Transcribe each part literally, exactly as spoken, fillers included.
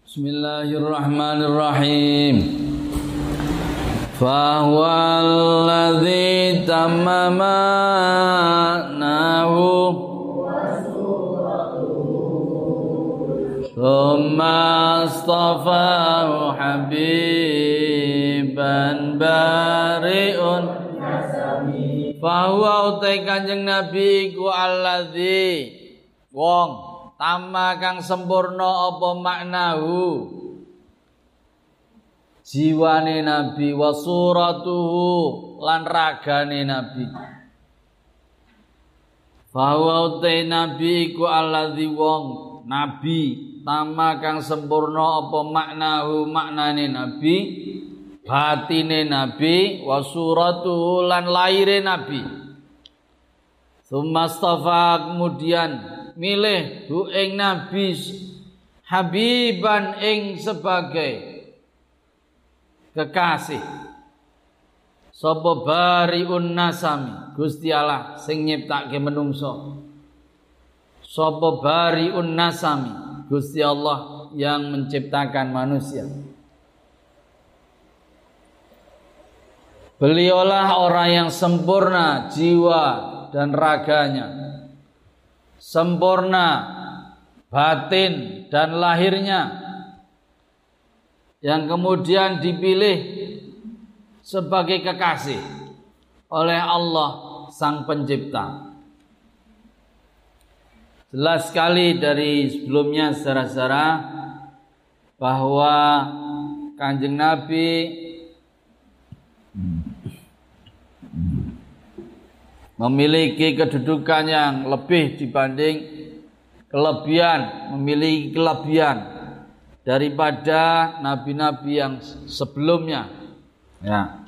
Bismillahirrahmanirrahim. Fahuwa alladhi tamama nahu thumma astafahu habiban bari'un. Fahuwa utai Kanjeng Nabi ku alladhi wong tama kang sempurna apa maknahu jiwane Nabi wa suratuhu lan ragane Nabi. Fahuwa utai Nabi iku alladzi wong Nabi tama kang sempurna apa maknahu maknane Nabi, batine Nabi, wa suratuhu lan laire Nabi. Tsumma astafa kemudian milih hu ing Nabi habiban ing sebagai kekasih. Sapa bariun nasami, Gusti Allah sing nyiptake menungso. Sapa bariun nasami, Gusti Allah yang menciptakan manusia. Beliaulah orang yang sempurna jiwa dan raganya, sempurna batin dan lahirnya, yang kemudian dipilih sebagai kekasih oleh Allah Sang Pencipta. Jelas sekali dari sebelumnya saudara-saudara bahwa Kanjeng Nabi memiliki kedudukan yang lebih dibanding kelebihan, memiliki kelebihan daripada nabi-nabi yang sebelumnya. Ya.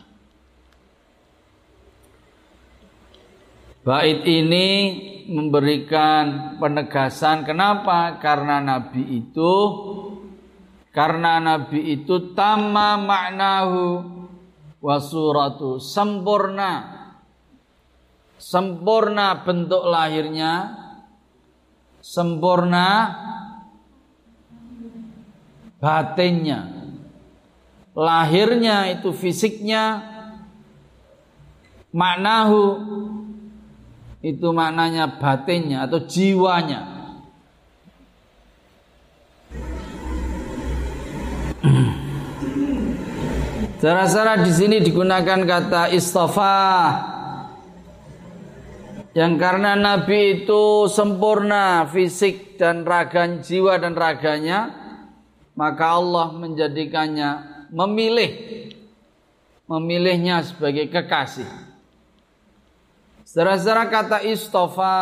Bait ini memberikan penegasan kenapa? Karena nabi itu karena nabi itu tamma maknahu wa suratu, sempurna sempurna bentuk lahirnya, sempurna batinnya. Lahirnya itu fisiknya, maknahu itu maknanya batinnya atau jiwanya. Cara-cara di sini digunakan kata istafa, yang karena Nabi itu sempurna fisik dan raga, jiwa dan raganya, maka Allah menjadikannya, memilih memilihnya sebagai kekasih. Saudara-saudara, kata istafa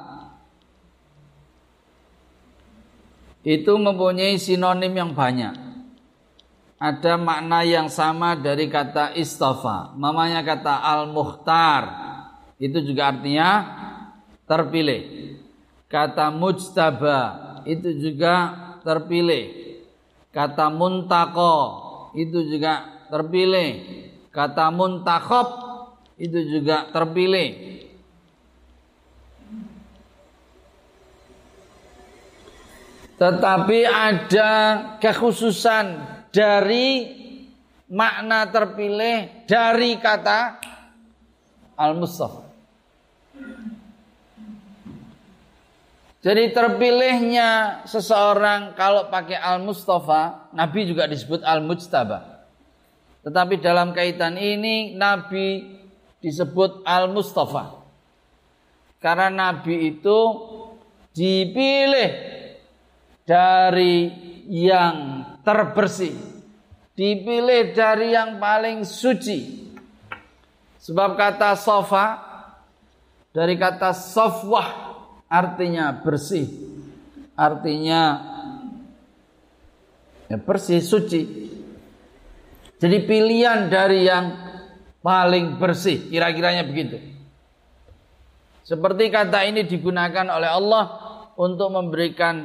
itu mempunyai sinonim yang banyak. Ada makna yang sama dari kata istafa. Namanya kata al-mukhtar, itu juga artinya terpilih. Kata mujtaba itu juga terpilih. Kata muntaqo itu juga terpilih. Kata muntakhab itu juga terpilih. Tetapi ada kekhususan dari makna terpilih dari kata al-mustafa. Jadi terpilihnya seseorang kalau pakai al-mustafa, Nabi juga disebut al-mujtaba. Tetapi dalam kaitan ini Nabi disebut al-mustafa karena Nabi itu dipilih dari yang terbersih, dipilih dari yang paling suci. Sebab kata sofa dari kata sofwah artinya bersih, artinya ya bersih, suci. Jadi pilihan dari yang paling bersih, kira-kiranya begitu. Seperti kata ini digunakan oleh Allah untuk memberikan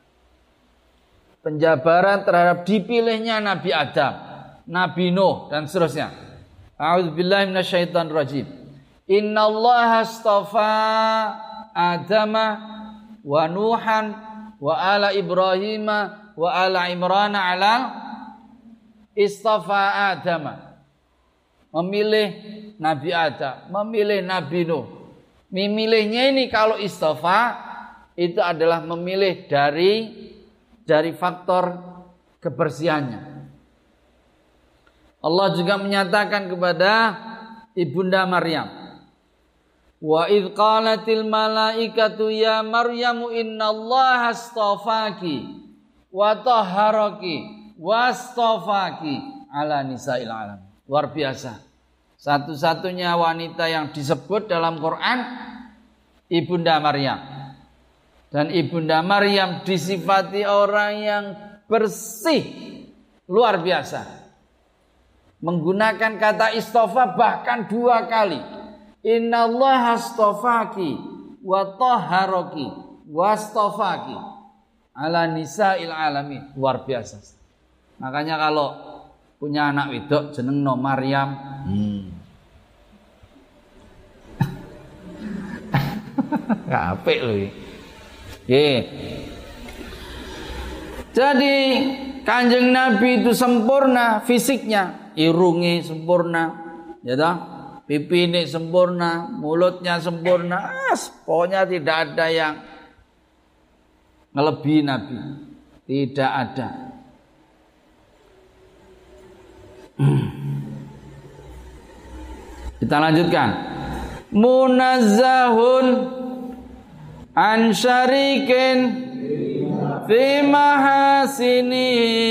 penjabaran terhadap dipilihnya Nabi Adam, Nabi Nuh dan seterusnya. A'udzubillahi minasyaitonir rajim. Innallaha astafa Adama wa Nuhan wa ala Ibrahim wa ala Imran ala istafa Adam. Memilih Nabi Adam, memilih Nabi Nuh. Memilihnya ini kalau istafa itu adalah memilih dari dari faktor kebersihannya. Allah juga menyatakan kepada Ibunda Maryam, wa idz qalatil malaikatu ya Maryamu innallaha astafaki wa tahharaki wastafaki ala nisa'il alam. Luar biasa. Satu-satunya wanita yang disebut dalam Quran Ibunda Maryam. Dan Ibunda Maryam disifati orang yang bersih, luar biasa. Menggunakan kata istofa bahkan dua kali. Innallaha astafaki wa tahharaki wastafaki ala nisa'il alamin. Luar biasa. Makanya kalau punya anak wedok jeneng no Maryam. Hmm. Apik lho iki. Nggih. Jadi Kanjeng Nabi itu sempurna fisiknya, irungnya sempurna, ya toh? Pipine sempurna, mulutnya sempurna. Ah, pokoknya tidak ada yang melebihi Nabi. Tidak ada. Kita lanjutkan. Munazzahun an syarikin fi mahasinihi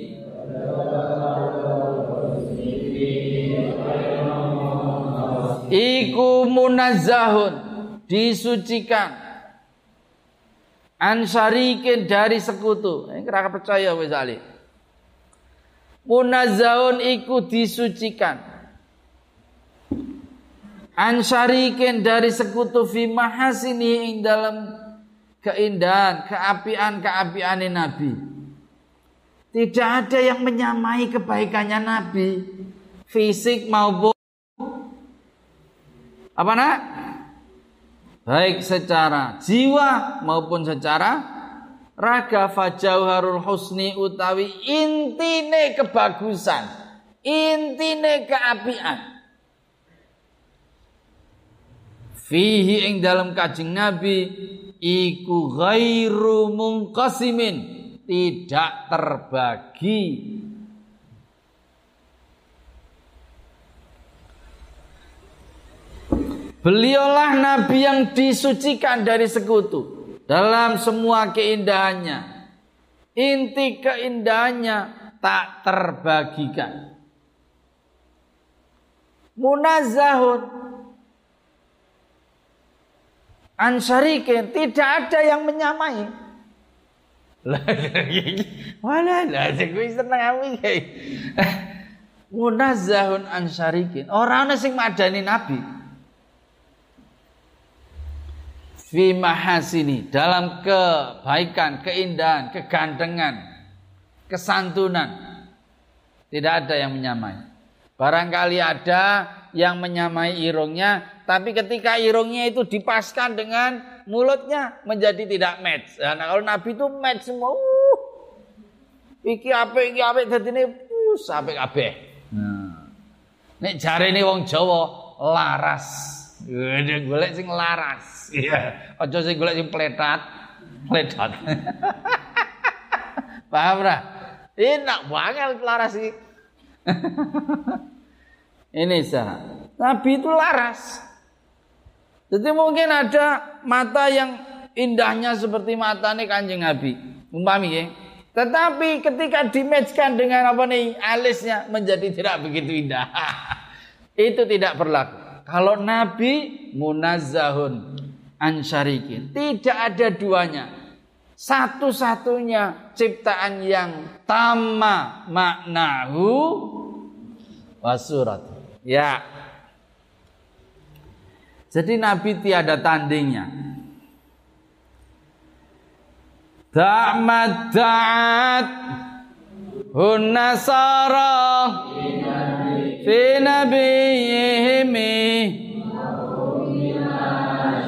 iku munazzahun disucikan an syarikin dari sekutu. Ini kira percaya wis ali. Munazzahun iku disucikan an syarikin dari sekutu fi mahasinihi ing dalam keindahan, keapian-keapian Nabi. Tidak ada yang menyamai kebaikannya Nabi, fisik maupun apa nak? Baik secara jiwa maupun secara raga. Fajauharul husni utawi intine kebagusan, intine keapian. Fihi ing dalam Kanjeng Nabi iku ghairu munqasimin, tidak terbagi. Beliaulah Nabi yang disucikan dari sekutu dalam semua keindahannya. Inti keindahannya tak terbagikan. Munazzahun an syarikin, tidak ada yang menyamai. Wala lah kuwi seneng aku. Munazzahun an syarikin, ora ana sing madani Nabi. Fi mahasini, dalam kebaikan, keindahan, kegantengan, kesantunan, tidak ada yang menyamai. Barangkali ada yang menyamai irungnya, tapi ketika irungnya itu dipaskan dengan mulutnya menjadi tidak match. Nah, kalau Nabi itu match semua. Uh, iki apik, iki apik, dadine uh, apik kabeh. Nah. Nek jarene wong Jawa laras. Gede golek sing laras. Iya, aja sing golek sing pletat, pletat. Paham ora? Enak banget laras iki. Ini sah. Nabi itu laras. Jadi mungkin ada mata yang indahnya seperti matanya Kanjeng Nabi, umpami ya. Tetapi ketika dimatchkan dengan apa nih alisnya menjadi tidak begitu indah. Itu tidak berlaku. Kalau Nabi munazzahun an syarikin, tidak ada duanya. Satu-satunya ciptaan yang tamma maknahu wasurat. Ya. Jadi Nabi tiada tandingnya. Da'mat da'at hun nasara fi nabiyihim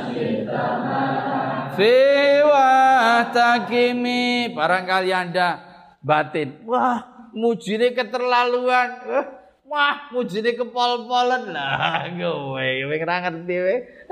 fi wa takimi. Barangkali Anda batin. Wah, mujine keterlaluan. Wah, mujine kepol-polen lah. Kowe kowe ora ngerti kowe.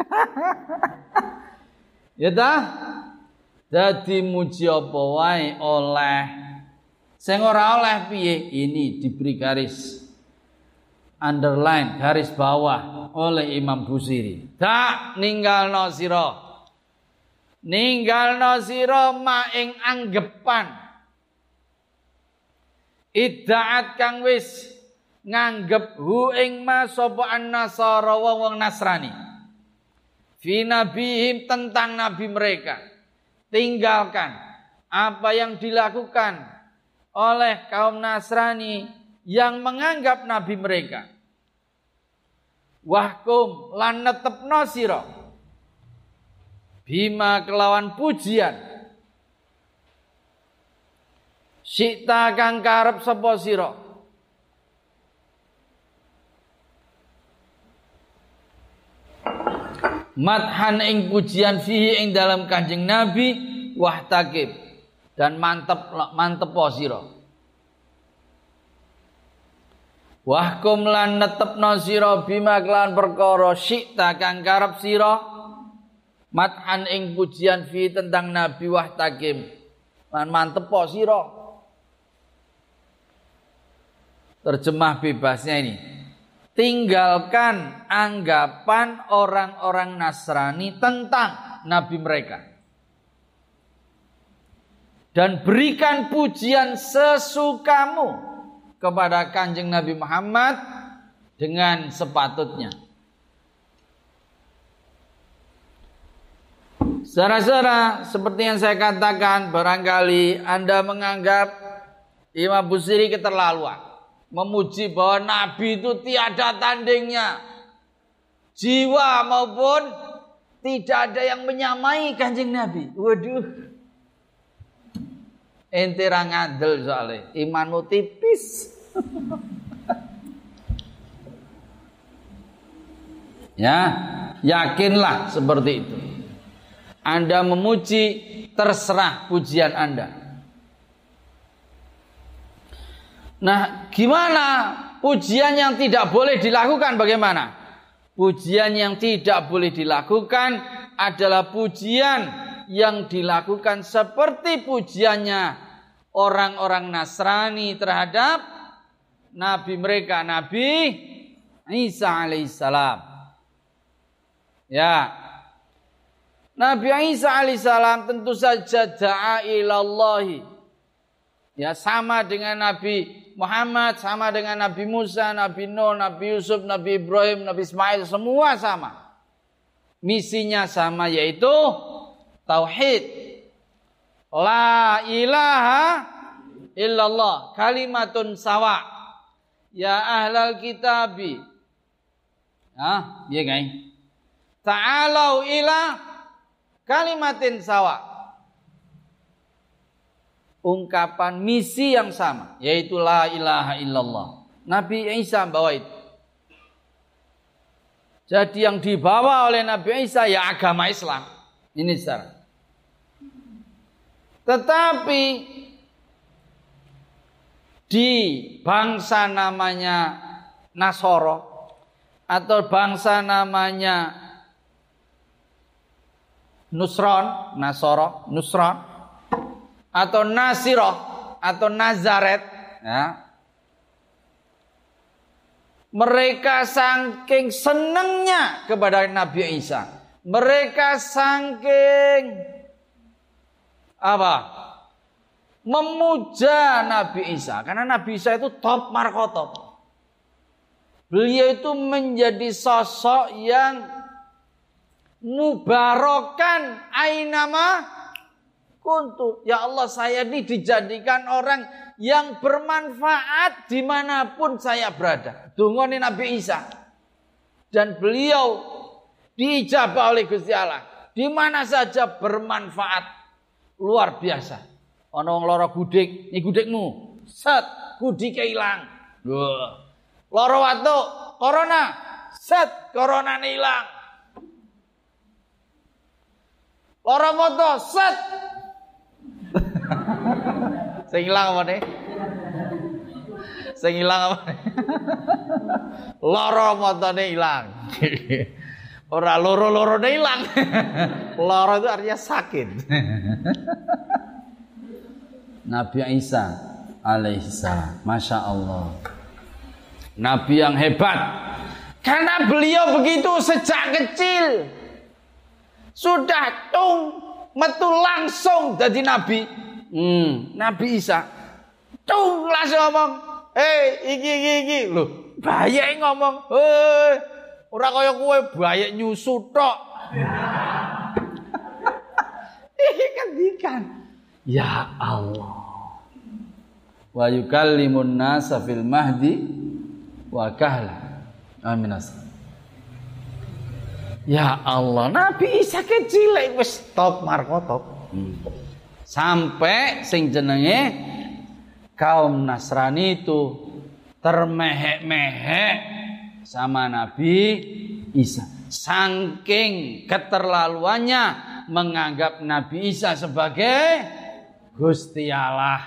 Ya ta? Dadi muji apa wae oleh. Sing ora oleh piye? Ini diberi garis underline, garis bawah oleh Imam Busiri. Tak ninggalno sira. Ninggalno sira maing anggepan. Iddaat kang wis nganggep hu ing ma sapa an-nasara wong Nasrani. Fi nabihim tentang nabi mereka. Tinggalkan apa yang dilakukan oleh kaum Nasrani yang menganggap nabi mereka. Wahkum lan netepno sira bima kelawan pujian sita kang karep sapa sira madhan ing pujian fihi ing dalam Kanjeng Nabi wahtakib dan mantep mantepo sira. Wahkum lan netepno sira bima kelawan perkara sita kang karep sira madhan ing pujian fi tentang Nabi wahtakim lan mantepo sira. Terjemah bebasnya ini, tinggalkan anggapan orang-orang Nasrani tentang nabi mereka dan berikan pujian sesukamu kepada Kanjeng Nabi Muhammad dengan sepatutnya. Saudara-saudara, seperti yang saya katakan, barangkali Anda menganggap Imam Busiri keterlaluan, memuji bahwa Nabi itu tiada tandingnya, jiwa maupun tidak ada yang menyamai Kanjeng Nabi. Waduh, ente ra ngandel soalnya, imanmu tipis. Ya, yakinlah seperti itu. Anda memuji, terserah pujian Anda. Nah, gimana pujian yang tidak boleh dilakukan? Bagaimana? Pujian yang tidak boleh dilakukan adalah pujian yang dilakukan seperti pujiannya orang-orang Nasrani terhadap Nabi mereka, Nabi Isa alaihissalam. Ya, Nabi Isa alaihissalam tentu saja da'a ilallahi. Ya, sama dengan Nabi Muhammad, sama dengan Nabi Musa, Nabi Nuh, Nabi Yusuf, Nabi Ibrahim, Nabi Ismail, semua sama. Misinya sama, yaitu tauhid. La ilaha illallah, kalimatun sawa. Ya ahlal kitabi. Ah, iya guys. Ta'alau ila kalimatin sawa. Ungkapan misi yang sama, yaitu la ilaha illallah. Nabi Isa bawa itu. Jadi yang dibawa oleh Nabi Isa ya agama Islam. Ini secara. Tetapi di bangsa namanya Nasoro atau bangsa namanya Nusron, Nasoro, Nusron, atau Nasiroh, atau Nazaret, ya. Mereka saking senangnya kepada Nabi Isa, mereka saking apa? Memuja Nabi Isa, karena Nabi Isa itu top markotop. Beliau itu menjadi sosok yang mubarokan ainama kuntu. Ya Allah, saya ini dijadikan orang yang bermanfaat dimanapun saya berada. Dungone Nabi Isa. Dan beliau diijabah oleh Gusti Allah. Di mana saja bermanfaat. Luar biasa. Ana wong lara gudik, iki gudikmu. Set, gudike ilang. Lara watuk, corona. Set, coronane ilang. Lara moto, set. Sing ilang apa nih? Sing ilang apa nih? Loro matane ilang. Ora loro-lorone ilang. Loro itu artinya sakit. Nabi Isa alaihissalam, masya Allah, Nabi yang hebat. Karena beliau begitu sejak kecil sudah tung metu langsung jadi nabi. Hmm, Nabi Isa tung langsung ngomong, "Hei, iki iki iki." Loh, bayi ngomong, "Hei, ora kaya kowe bayi nyusu tok." Iki kendikan. Ya Allah. Wa yukallimun nasa fil mahdi wa kahla. Amin. Ya Allah, Nabi Isa kecil wis top marko top. Hmm. Sampai sing jenenge kaum Nasrani itu termehek-mehek sama Nabi Isa. Saking keterlaluannya menganggap Nabi Isa sebagai Gusti Allah.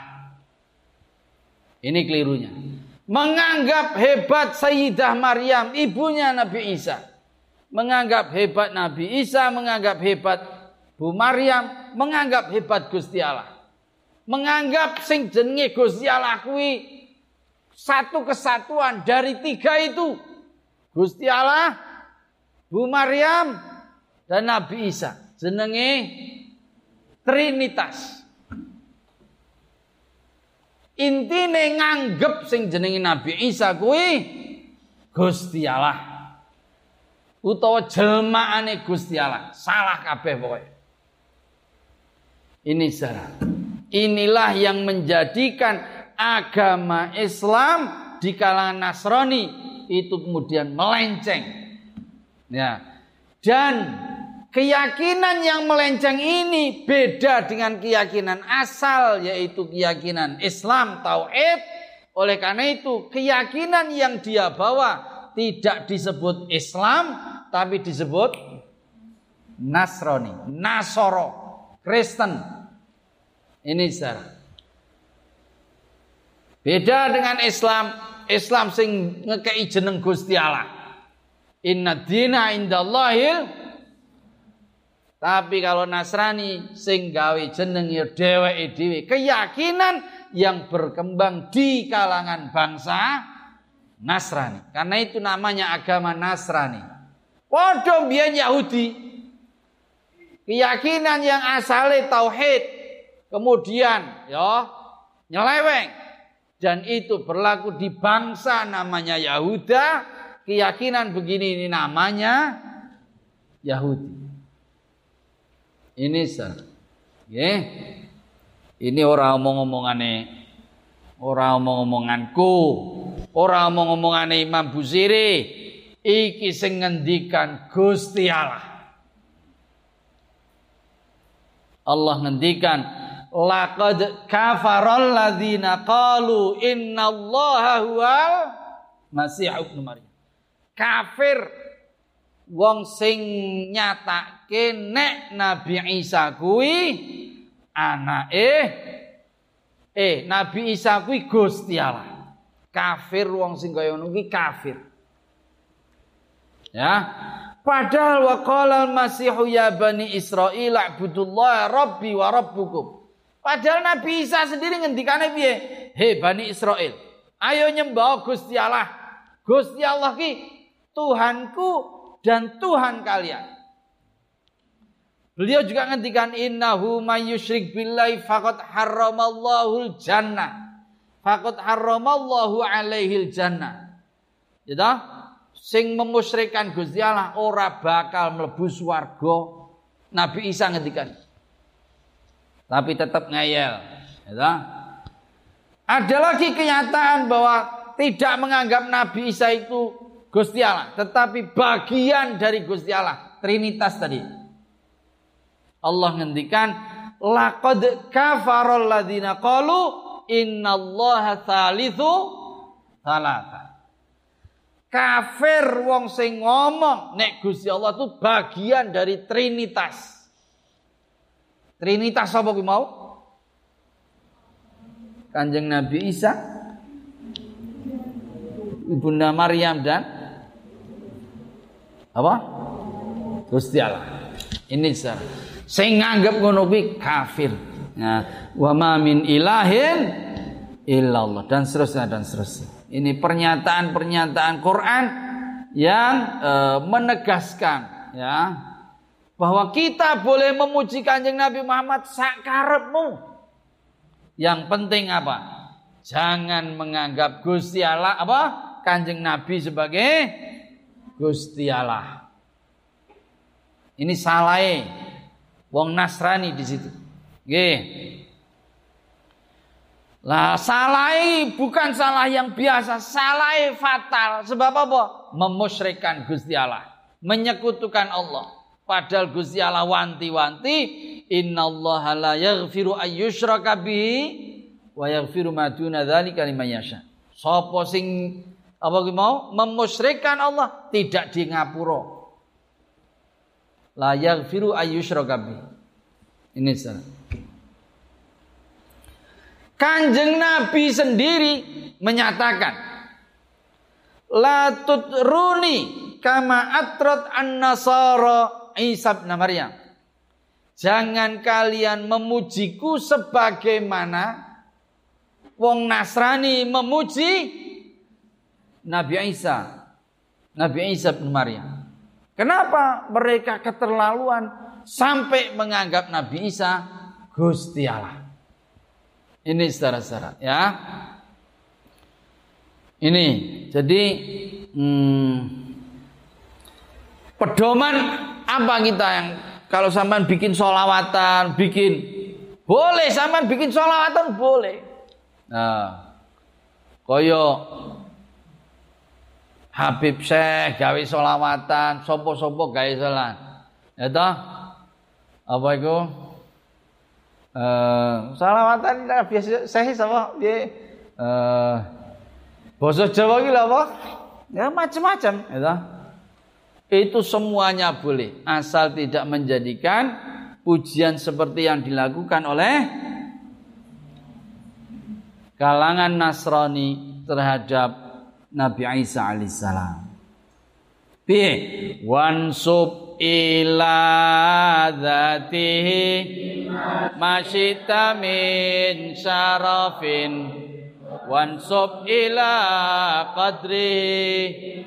Ini kelirunya. Menganggap hebat Sayyidah Maryam, ibunya Nabi Isa. Menganggap hebat Nabi Isa, menganggap hebat Bu Maryam, menganggap hebat Gusti Allah. Menganggap sing jenenge Gusti Allah kuwi satu kesatuan dari tiga itu. Gusti Allah, Bu Maryam, dan Nabi Isa. Jenenge Trinitas. Intine nganggep sing jenenge Nabi Isa kuwi Gusti Allah utawa jelmaane Gusti Allah. Salah kabeh pokoke. Ini salah. Inilah yang menjadikan agama Islam di kalangan Nasrani itu kemudian melenceng. Ya. Dan keyakinan yang melenceng ini beda dengan keyakinan asal, yaitu keyakinan Islam, tauhid. Oleh karena itu, keyakinan yang dia bawa tidak disebut Islam, tapi disebut Nasrani, Nasoro, Kristen. Ini salah. Beda dengan Islam, Islam sing ngekei jeneng Gusti Allah. Inna dina indallahil. Tapi kalau Nasrani sing gawe jeneng ya dheweke dhewe, keyakinan yang berkembang di kalangan bangsa Nasrani. Karena itu namanya agama Nasrani. Padha mbiyen Yahudi. Keyakinan yang asale tauhid, kemudian ya nyeleweng, dan itu berlaku di bangsa namanya Yahuda. Keyakinan begini ini namanya Yahudi. Ini sah, yeah. Ini orang omong-omongane, orang omong-omonganku, orang omong-omongane Imam Busiri. Iki sing ngendikan Gusti Allah. Allah ngendikan, laqad kafaral ladzina qalu innallaha huwal Masih ibnu Maryam. Kafir wong sing nyatake nek Nabi Isa kuwi anake eh Nabi Isa kuwi Gusti Allah. Kafir wong sing kaya ngono kuwi kafir. Ya. Padahal wa qala al-Masihu ya bani Israil a'budullaha rabbi wa rabbukum. Padahal Nabi Isa sendiri ngendikane piye? Hei bani Israil, ayo nyembah Gusti Allah. Gusti Allah ki Tuhanku dan Tuhan kalian. Beliau juga ngendikan innahu may yusyrik billahi faqad harramallahul jannah. Faqad harramallahu alaihil jannah. Ya, sing memusyrikkan Gusti Allah ora bakal mlebu swarga. Nabi Isa ngendikan. Tapi tetap ngeyel, ya. Ada lagi kenyataan bahwa tidak menganggap Nabi Isa itu Gusti Allah, tetapi bagian dari Gusti Allah, Trinitas tadi. Allah ngendikan laqad kafaral ladzina qalu innallaha tsalitsu tsalatsa. Kafir wong sing ngomong nek Gusti Allah itu bagian dari Trinitas. Trinitas apa kuwi mau? Kanjeng Nabi Isa, Ibunda Maryam dan apa? Gusti Allah. Ini salah. Sing nganggep ngono kuwi kafir. Nah, wa ma min ilahin illallah dan seterusnya dan seterusnya. Ini pernyataan-pernyataan Quran yang e, menegaskan ya bahwa kita boleh memuji Kanjeng Nabi Muhammad sakarepmu. Yang penting apa? Jangan menganggap Gusti Allah apa? Kanjeng Nabi sebagai Gusti Allah. Ini salahe wong Nasrani di situ. Nggih. Lah salah bukan salah yang biasa, salah fatal. Sebab apa? Memusyrikkan Gusti Allah, menyekutukan Allah. Padahal Gusti Allah wanti-wanti, innallaha la yaghfiru ayyushraka bihi wa yaghfiru ma duna dzalika liman yasha. Sapa sing apa ki mau memusyrikkan Allah tidak di ngapura. La yaghfiru ayyushraka bihi. Ini salah. Kanjeng Nabi sendiri menyatakan, la tutruni kama atrat an-nasara Isa bin Maryam. Jangan kalian memujiku sebagaimana wong Nasrani memuji Nabi Isa, Nabi Isa bin Maryam. Kenapa mereka keterlaluan sampai menganggap Nabi Isa Gusti Allah? Ini saudara-saudara ya. Ini jadi hmm, pedoman apa kita yang kalau sampean bikin sholawatan, bikin boleh sampean bikin sholawatan boleh. Nah, koyo Habib Syekh gawe sholawatan, sopo-sopo gawe salat. Ya toh? Apa itu? Uh, salawatan biasa saya sama dia uh, bahasa Jawa gitu apa ya macam-macam ya. Itu semuanya boleh asal tidak menjadikan pujian seperti yang dilakukan oleh kalangan Nasrani terhadap Nabi Isa alaihissalam. Bi wansub ila dzatihi masyita min syarafin wansub ila qadrihi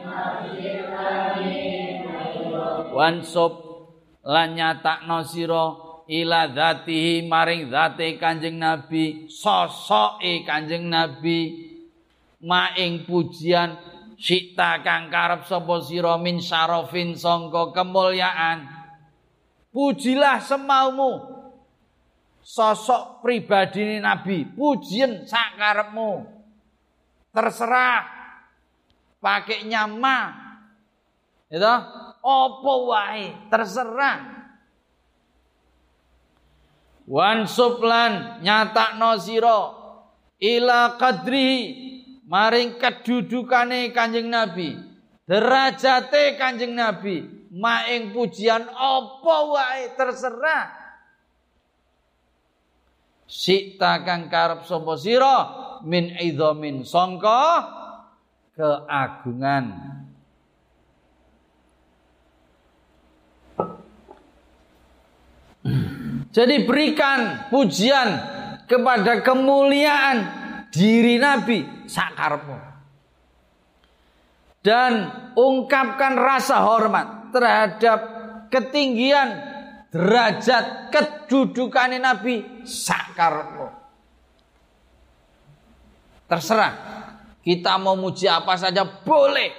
wansub lan nyatakno sira ila dzatihi maring zate Kanjeng Nabi, sosoke Kanjeng Nabi, maing pujian sita kang karep sapa sira min syarafin sangka kemuliaan. Pujilah semaumu sosok pribadi Nabi, pujian sak karepmu. Terserah pakai nyama. Gitu? Apa wae, terserah. Wansub lan nyatakno sira ila qadrihi maring kedudukane Kanjeng Nabi, derajate Kanjeng Nabi, maing pujian apa wae terserah. Sikta kang karep sapa sira min idzamin sangka keagungan. Jadi berikan pujian kepada kemuliaan diri Nabi sakarepmu. Dan ungkapkan rasa hormat terhadap ketinggian derajat kedudukan Nabi sakarepmu. Terserah. Kita mau muji apa saja boleh.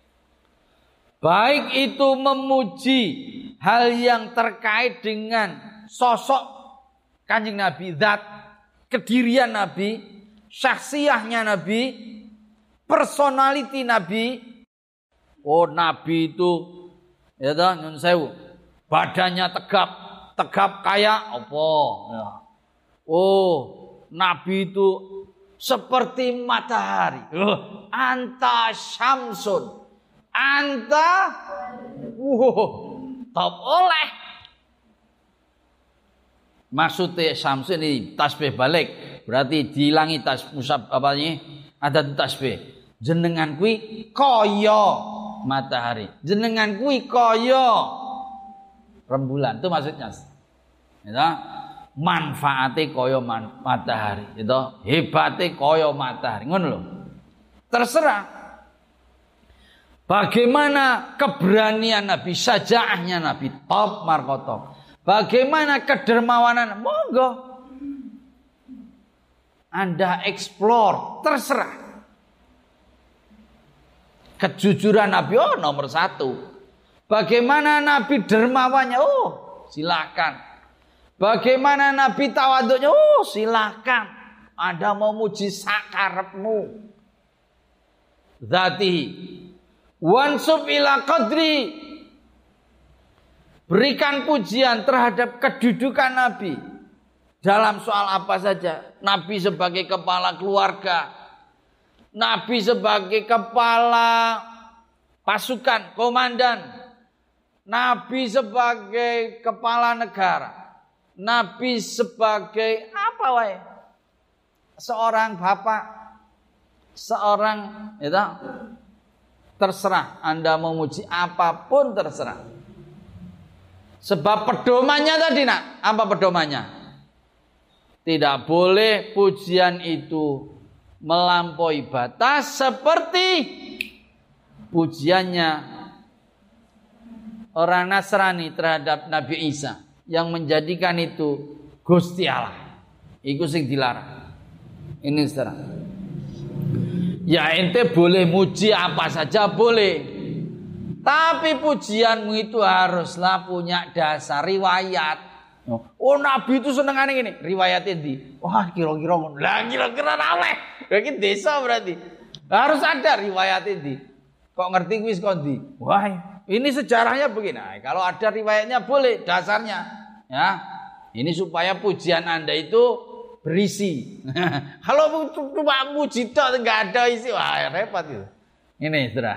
Baik itu memuji hal yang terkait dengan sosok Kanjeng Nabi, zat kedirian Nabi, syakhsiyahnya Nabi, personality Nabi. Oh, Nabi itu ya toh nyun sewu, badannya tegap, tegap kayak apa ya. Oh, Nabi itu seperti matahari. Oh, anta syamsun. Anta wow, top oleh. Maksudnya syamsun ini tasbih balik. berarti dihilangi tas musab apa ini? Ada tasbih. Jenengan kuwi kaya matahari. Jenengan kuwi kaya rembulan. Itu maksudnya. Ya. Manfaate kaya man, matahari, gitu. Hebate kaya matahari. Ngono lho. Terserah. Bagaimana keberanian Nabi, sajaahnya Nabi, top markotop. Bagaimana kedermawanan, monggo. Anda explore, terserah. Kejujuran Nabi, oh nomor satu. Bagaimana Nabi dermawannya, oh silakan. Bagaimana Nabi tawaduknya? Oh silakan. Anda mau muji sakarepmu. Zati. Wansub ila qadri. Berikan pujian terhadap kedudukan Nabi. Dalam soal apa saja. Nabi sebagai kepala keluarga. Nabi sebagai kepala pasukan, komandan. Nabi sebagai kepala negara. Nabi sebagai apa wae? Seorang bapak, seorang itu terserah. Anda memuji apapun terserah. Sebab pedomannya tadi nak, apa pedomannya? Tidak boleh pujian itu melampaui batas seperti pujiannya orang Nasrani terhadap Nabi Isa. Yang menjadikan itu Gusti Allah. Iku sing dilarang. Ini saudara. Ya ente boleh muji apa saja boleh. Tapi pujianmu itu haruslah punya dasar riwayat. Oh Nabi itu senengane ngene, riwayatnya di. Wah kira-kira ngono. Lah kira-kira oleh. Iki desa berarti. Harus ada riwayatnya di. Kok ngerti kuwi kok ndi? Wah ini sejarahnya begini. Nah, kalau ada riwayatnya boleh dasarnya, ya. Ini supaya pujian Anda itu berisi. Kalau cuma puji tok enggak ada isi, wah repot itu. Ini, Saudara.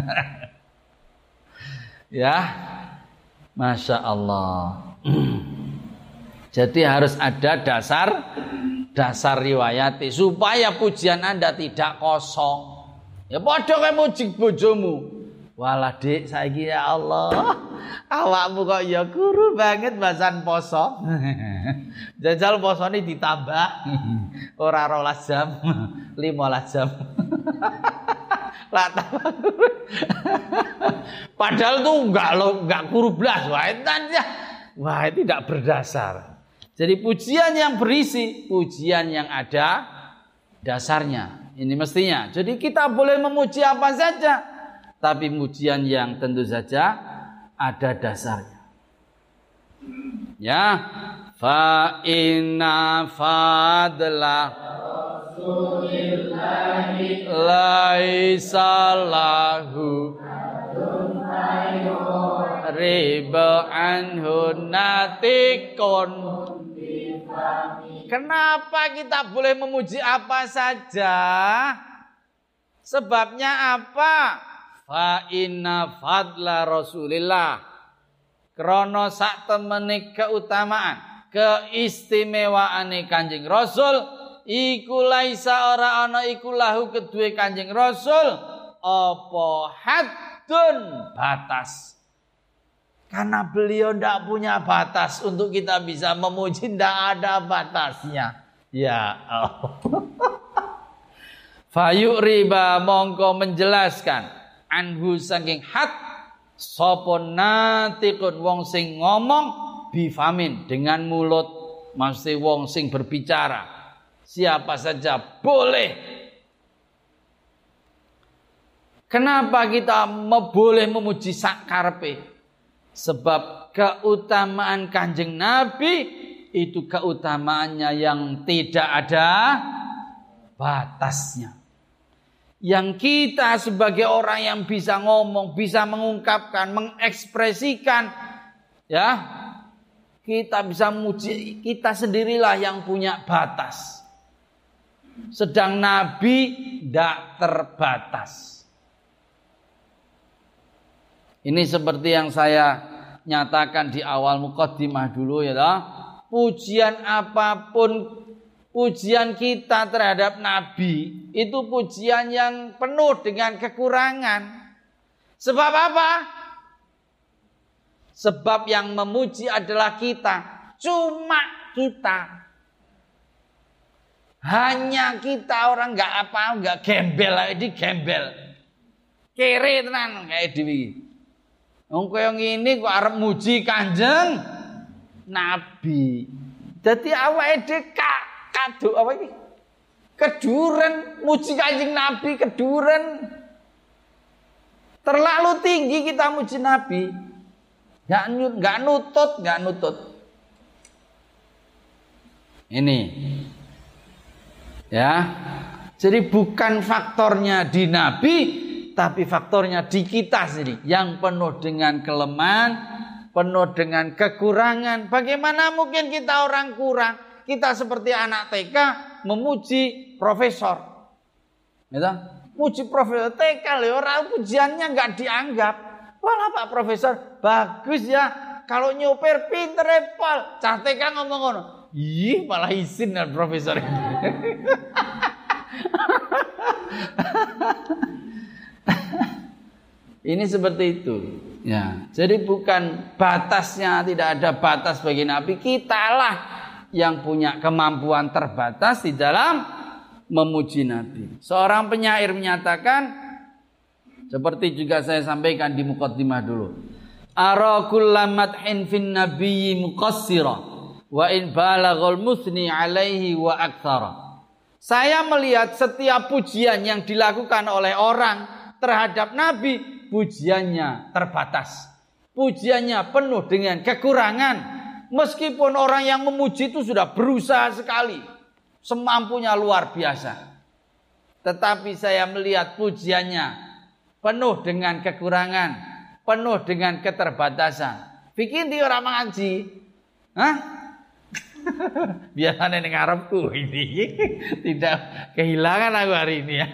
Ya. Masya Allah. Jadi harus ada dasar dasar riwayat supaya pujian Anda tidak kosong. Ya padha kowe muji bojomu. Walah dik saiki ya Allah. Awakmu kok ya guru banget bahasan poso. Jajal posone ditambah. Ora rolas jam, limolas jam. Lah tambah. Padahal tuh enggak lo enggak guru blas. Wah, wah tidak berdasar. Jadi pujian yang berisi, pujian yang ada dasarnya. Ini mestinya. Jadi kita boleh memuji apa saja. Tapi pujian yang tentu saja ada dasarnya. Ya, fa inna fadla Rasulillahi laisa lahu riba anhu natikun. Kenapa kita boleh memuji apa saja? Sebabnya apa? Fa inna fadla Rasulillah krana sak temene keutamaan keistimewaane Kanjeng Rasul iku laisa ora ana iku lahu kedue Kanjeng Rasul apa haddun batas. Karena beliau ndak punya batas untuk kita bisa memuji, ndak ada batasnya. Ya Allah. Fayuk riba mongko menjelaskan anhu saking hat sapa natikun wong sing ngomong bifamin dengan mulut, maksudnya wong sing berbicara siapa saja boleh. Kenapa kita boleh memuji sak karepe? Sebab keutamaan Kanjeng Nabi itu keutamaannya yang tidak ada batasnya. Yang kita sebagai orang yang bisa ngomong, bisa mengungkapkan, mengekspresikan, ya, kita bisa memuji, kita sendirilah yang punya batas. Sedang Nabi tidak terbatas. Ini seperti yang saya nyatakan di awal muqaddimah dulu ya, pujian apapun pujian kita terhadap Nabi itu pujian yang penuh dengan kekurangan. Sebab apa? Sebab yang memuji adalah kita. Cuma kita. Hanya kita orang nggak apa, nggak gembel, ini gembel. Kere tenan kayak dewi. Wong koyo ngene kok arep muji Kanjeng Nabi. Dadi awake dhewe kado apa iki? Keduren muji Kanjeng Nabi, keduren. Terlalu tinggi kita muji Nabi. Enggak enggak nutut, enggak nutut. Ini. Ya. Jadi bukan faktornya di Nabi, tapi faktornya di kita sendiri yang penuh dengan kelemahan, penuh dengan kekurangan. Bagaimana mungkin kita orang kurang? Kita seperti anak T K memuji profesor. Gitu? Muji profesor T K lho, orang pujiannya enggak dianggap. Walah Pak Profesor, bagus ya. Kalau nyopir pinter Pal. Cah T K ngomong ngono. Ih, malah izin dan profesor ini. Ini seperti itu. Ya, jadi bukan batasnya, tidak ada batas bagi Nabi. Kitalah yang punya kemampuan terbatas di dalam memuji Nabi. Seorang penyair menyatakan, seperti juga saya sampaikan di muqaddimah dulu. Ara kullamadhin fin nabiyyi muqassira wa in balaghal musni alaihi wa aktsara. Saya melihat setiap pujian yang dilakukan oleh orang terhadap Nabi, pujiannya terbatas. Pujiannya penuh dengan kekurangan. Meskipun orang yang memuji itu sudah berusaha sekali, semampunya luar biasa. Tetapi saya melihat pujiannya penuh dengan kekurangan, penuh dengan keterbatasan. Fikir di orang mengaji, hah? Biasanya ning ngarepku ini tidak kehilangan aku hari ini ya.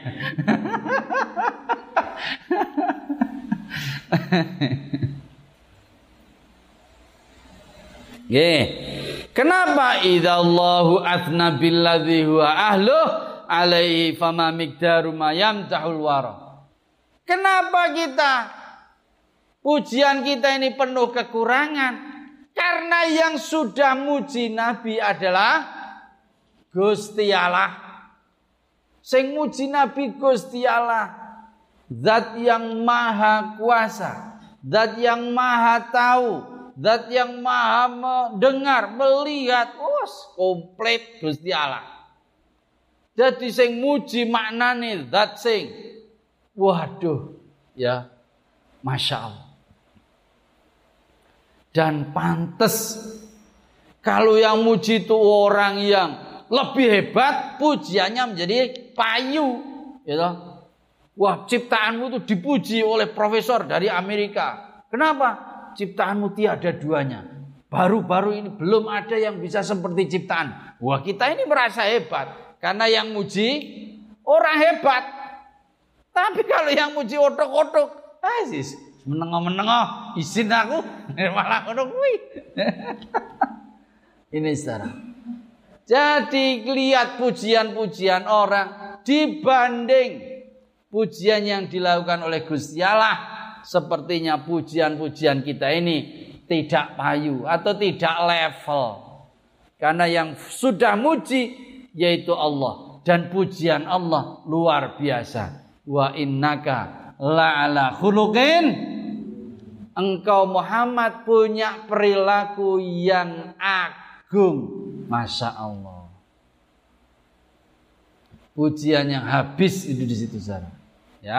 Nggih. Kenapa idzallahu athna billadzi huwa ahluh alaihi fama miqdaru ma yamtahul wara. Kenapa kita pujian kita ini penuh kekurangan? Karena yang sudah muji Nabi adalah Gusti Allah. Sing muji Nabi Gusti Allah, Zat yang maha kuasa, Zat yang maha tahu, Zat yang maha mendengar, melihat, oh, komplit Gusti Allah. Jadi sing muji maknane zat sing, waduh, ya, Masya Allah. Dan pantas kalau yang muji itu orang yang lebih hebat, pujiannya menjadi payu, gitu. Wah, ciptaanmu itu dipuji oleh profesor dari Amerika. Kenapa? Ciptaanmu tiada duanya. Baru-baru ini belum ada yang bisa seperti ciptaan. Wah, kita ini merasa hebat karena yang muji orang hebat. Tapi kalau yang muji otok-otok, asis menengah-menengah, izin aku malah ngono kuwi. Ini saudara. Jadi lihat pujian-pujian orang dibanding pujian yang dilakukan oleh Gusti Allah, sepertinya pujian-pujian kita ini tidak payu atau tidak level. Karena yang sudah muji yaitu Allah, dan pujian Allah luar biasa. Wa innaka la'ala khuluqin. Engkau Muhammad punya perilaku yang agung. Masya Allah. Pujian yang habis itu di situ saudara. Ya.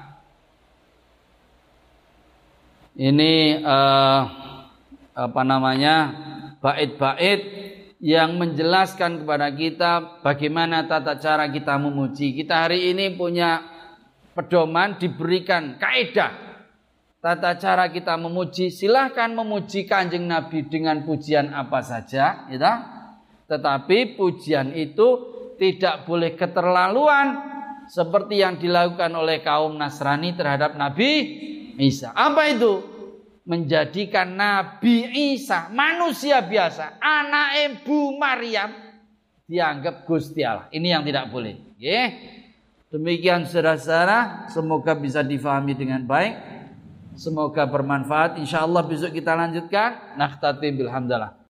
Ini uh, apa namanya? Bait-bait yang menjelaskan kepada kita bagaimana tata cara kita memuji. Kita hari ini punya pedoman, diberikan kaidah tata cara kita memuji. Silahkan memuji Kanjeng Nabi dengan pujian apa saja, gitu. Tetapi pujian itu tidak boleh keterlaluan seperti yang dilakukan oleh kaum Nasrani terhadap Nabi Isa. Apa itu? Menjadikan Nabi Isa manusia biasa, anak Ibu Maryam, dianggap Gusti Allah. Ini yang tidak boleh. Nggih. Demikian saudara-saudara, semoga bisa difahami dengan baik. Semoga bermanfaat. Insyaallah besok kita lanjutkan. Nakhtati bilhamdalah.